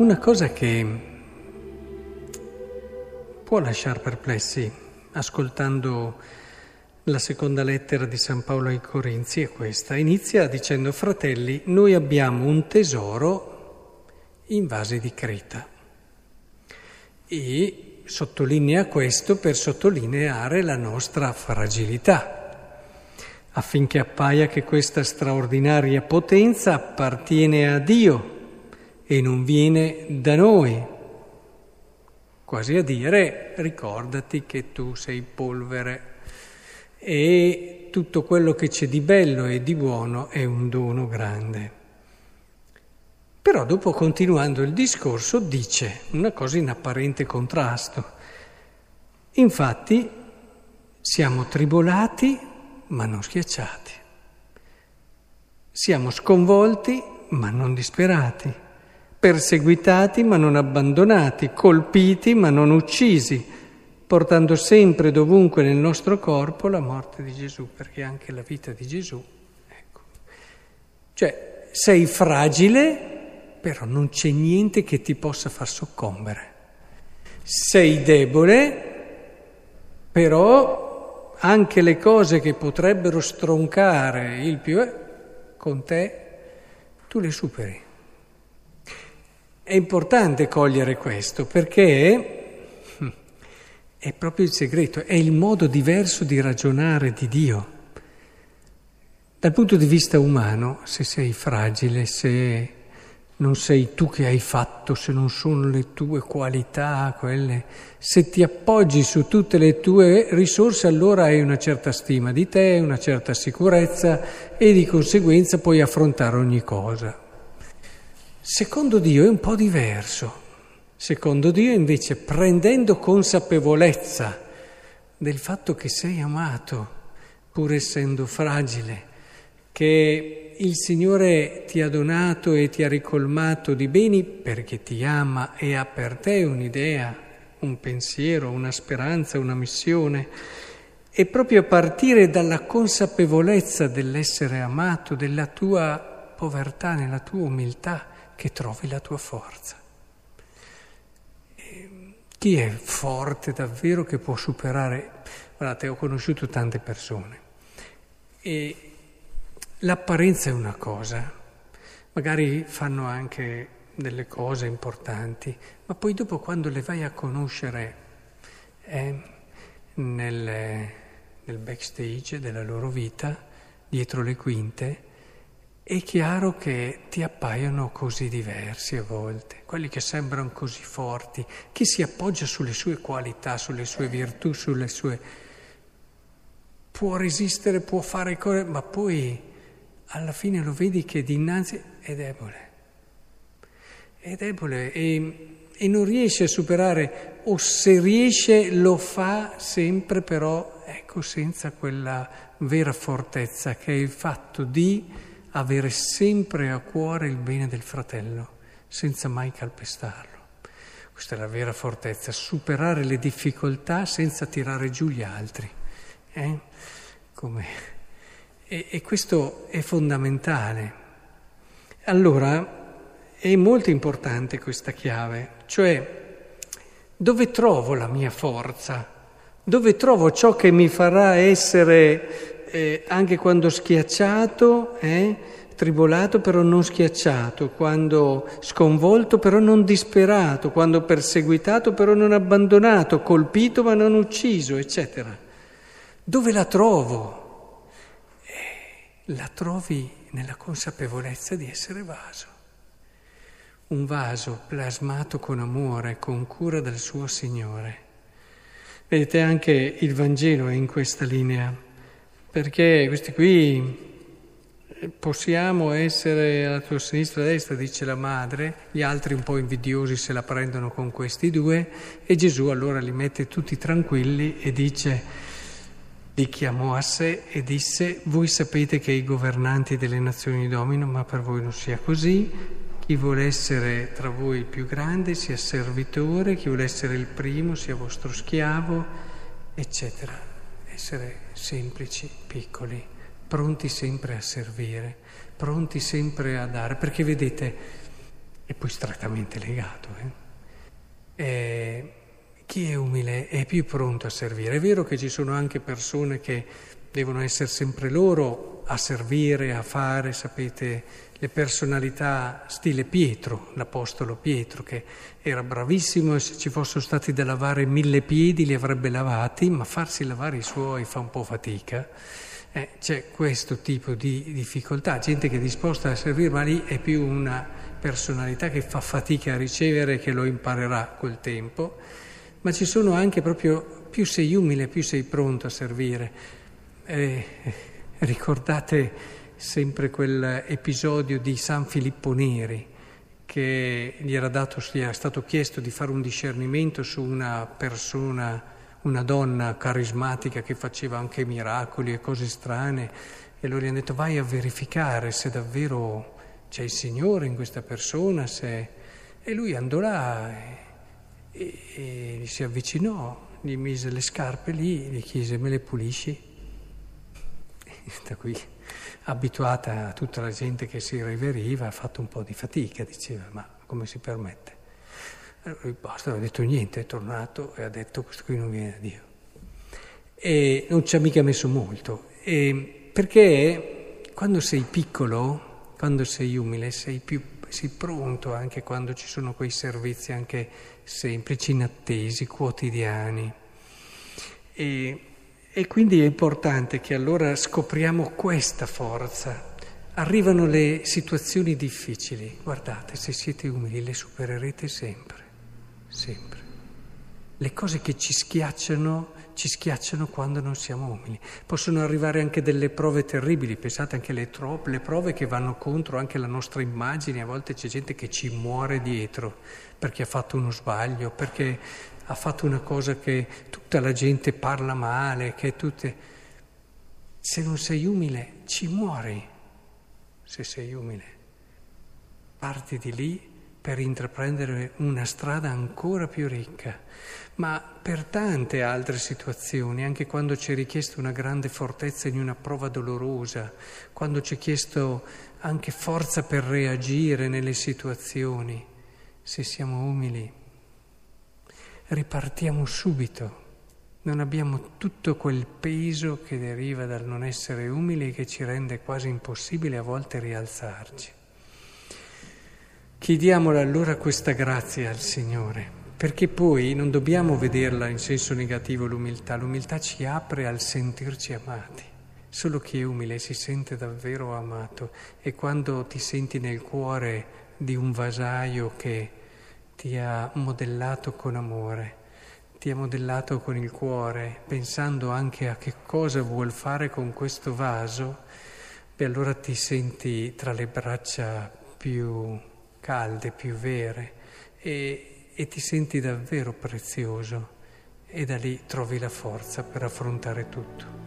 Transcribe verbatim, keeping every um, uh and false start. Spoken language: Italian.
una cosa che può lasciar perplessi, ascoltando la seconda lettera di San Paolo ai Corinzi, è questa. Inizia dicendo: fratelli, noi abbiamo un tesoro in vasi di Creta. E sottolinea questo per sottolineare la nostra fragilità, affinché appaia che questa straordinaria potenza appartiene a Dio e non viene da noi. Quasi a dire: ricordati che tu sei polvere e tutto quello che c'è di bello e di buono è un dono grande. Però dopo, continuando il discorso, dice una cosa in apparente contrasto. Infatti siamo tribolati ma non schiacciati, siamo sconvolti ma non disperati, perseguitati ma non abbandonati, colpiti ma non uccisi, portando sempre dovunque nel nostro corpo la morte di Gesù, perché anche la vita di Gesù, ecco. Cioè, sei fragile, però non c'è niente che ti possa far soccombere. Sei debole, però anche le cose che potrebbero stroncare il più, eh, con te, tu le superi. È importante cogliere questo, perché è proprio il segreto, è il modo diverso di ragionare di Dio. Dal punto di vista umano, se sei fragile, se non sei tu che hai fatto, se non sono le tue qualità, quelle, se ti appoggi su tutte le tue risorse, allora hai una certa stima di te, una certa sicurezza e di conseguenza puoi affrontare ogni cosa. Secondo Dio è un po' diverso. Secondo Dio invece, prendendo consapevolezza del fatto che sei amato, pur essendo fragile, che il Signore ti ha donato e ti ha ricolmato di beni perché ti ama e ha per te un'idea, un pensiero, una speranza, una missione, e proprio a partire dalla consapevolezza dell'essere amato, della tua povertà, nella tua umiltà, che trovi la tua forza. Chi è forte davvero che può superare? Guardate, ho conosciuto tante persone e l'apparenza è una cosa, magari fanno anche delle cose importanti, ma poi dopo quando le vai a conoscere eh, nel, nel backstage della loro vita, dietro le quinte, è chiaro che ti appaiono così diversi a volte, quelli che sembrano così forti, chi si appoggia sulle sue qualità, sulle sue virtù, sulle sue... può resistere, può fare cose, ma poi alla fine lo vedi che dinanzi è debole, è debole e, e non riesce a superare, o se riesce lo fa sempre però, ecco, senza quella vera fortezza che è il fatto di avere sempre a cuore il bene del fratello, senza mai calpestarlo. Questa è la vera fortezza, superare le difficoltà senza tirare giù gli altri. Eh? Come... E, e questo è fondamentale. Allora, è molto importante questa chiave, cioè dove trovo la mia forza? Dove trovo ciò che mi farà essere... Eh, anche quando schiacciato, eh, tribolato però non schiacciato, quando sconvolto però non disperato, quando perseguitato però non abbandonato, colpito ma non ucciso, eccetera. Dove la trovo? Eh, la trovi nella consapevolezza di essere vaso. Un vaso plasmato con amore, con cura del suo Signore. Vedete, anche il Vangelo è in questa linea. Perché questi qui possiamo essere alla tua sinistra e a destra, dice la madre, gli altri un po' invidiosi se la prendono con questi due, e Gesù allora li mette tutti tranquilli e dice, li chiamò a sé e disse: voi sapete che i governanti delle nazioni dominano, ma per voi non sia così. Chi vuole essere tra voi il più grande sia servitore, chi vuole essere il primo sia vostro schiavo, eccetera. Essere semplici, piccoli, pronti sempre a servire, pronti sempre a dare, perché vedete, è poi strettamente legato. Eh? E chi è umile è più pronto a servire. È vero che ci sono anche persone che devono essere sempre loro a servire, a fare, sapete, le personalità stile Pietro, l'apostolo Pietro, che era bravissimo e se ci fossero stati da lavare mille piedi li avrebbe lavati, ma farsi lavare i suoi fa un po' fatica. Eh, c'è questo tipo di difficoltà, gente che è disposta a servire, ma lì è più una personalità che fa fatica a ricevere, che lo imparerà col tempo. Ma ci sono anche proprio, più sei umile, più sei pronto a servire. Eh, ricordate sempre quell'episodio di San Filippo Neri, che gli era, dato, gli era stato chiesto di fare un discernimento su una persona, una donna carismatica che faceva anche miracoli e cose strane, e loro gli hanno detto vai a verificare se davvero c'è il Signore in questa persona, se... e lui andò là e, e, e gli si avvicinò, gli mise le scarpe lì, gli chiese me le pulisci? Da qui, abituata a tutta la gente che si riveriva, ha fatto un po' di fatica, diceva ma come si permette? Allora lui basta, non ha detto niente, è tornato e ha detto questo qui non viene da Dio. E non ci ha mica messo molto, e perché quando sei piccolo, quando sei umile, sei più sei pronto anche quando ci sono quei servizi anche semplici, inattesi, quotidiani. E, e quindi è importante che allora scopriamo questa forza. Arrivano le situazioni difficili, guardate, se siete umili le supererete sempre. Sempre. Le cose che ci schiacciano, ci schiacciano quando non siamo umili. Possono arrivare anche delle prove terribili, pensate anche alle tro- le prove che vanno contro anche la nostra immagine, a volte c'è gente che ci muore dietro perché ha fatto uno sbaglio, perché ha fatto una cosa che tutta la gente parla male, che tutte... Se non sei umile ci muori, se sei umile. Parti di lì per intraprendere una strada ancora più ricca, ma per tante altre situazioni, anche quando ci è richiesto una grande fortezza in una prova dolorosa, quando ci è chiesto anche forza per reagire nelle situazioni, se siamo umili, ripartiamo subito, non abbiamo tutto quel peso che deriva dal non essere umili e che ci rende quasi impossibile a volte rialzarci. Chiediamole allora questa grazia al Signore, perché poi non dobbiamo vederla in senso negativo l'umiltà, l'umiltà ci apre al sentirci amati. Solo chi è umile si sente davvero amato, e quando ti senti nel cuore di un vasaio che ti ha modellato con amore, ti ha modellato con il cuore, pensando anche a che cosa vuol fare con questo vaso, beh allora ti senti tra le braccia più calde, più vere, e, e ti senti davvero prezioso, e da lì trovi la forza per affrontare tutto.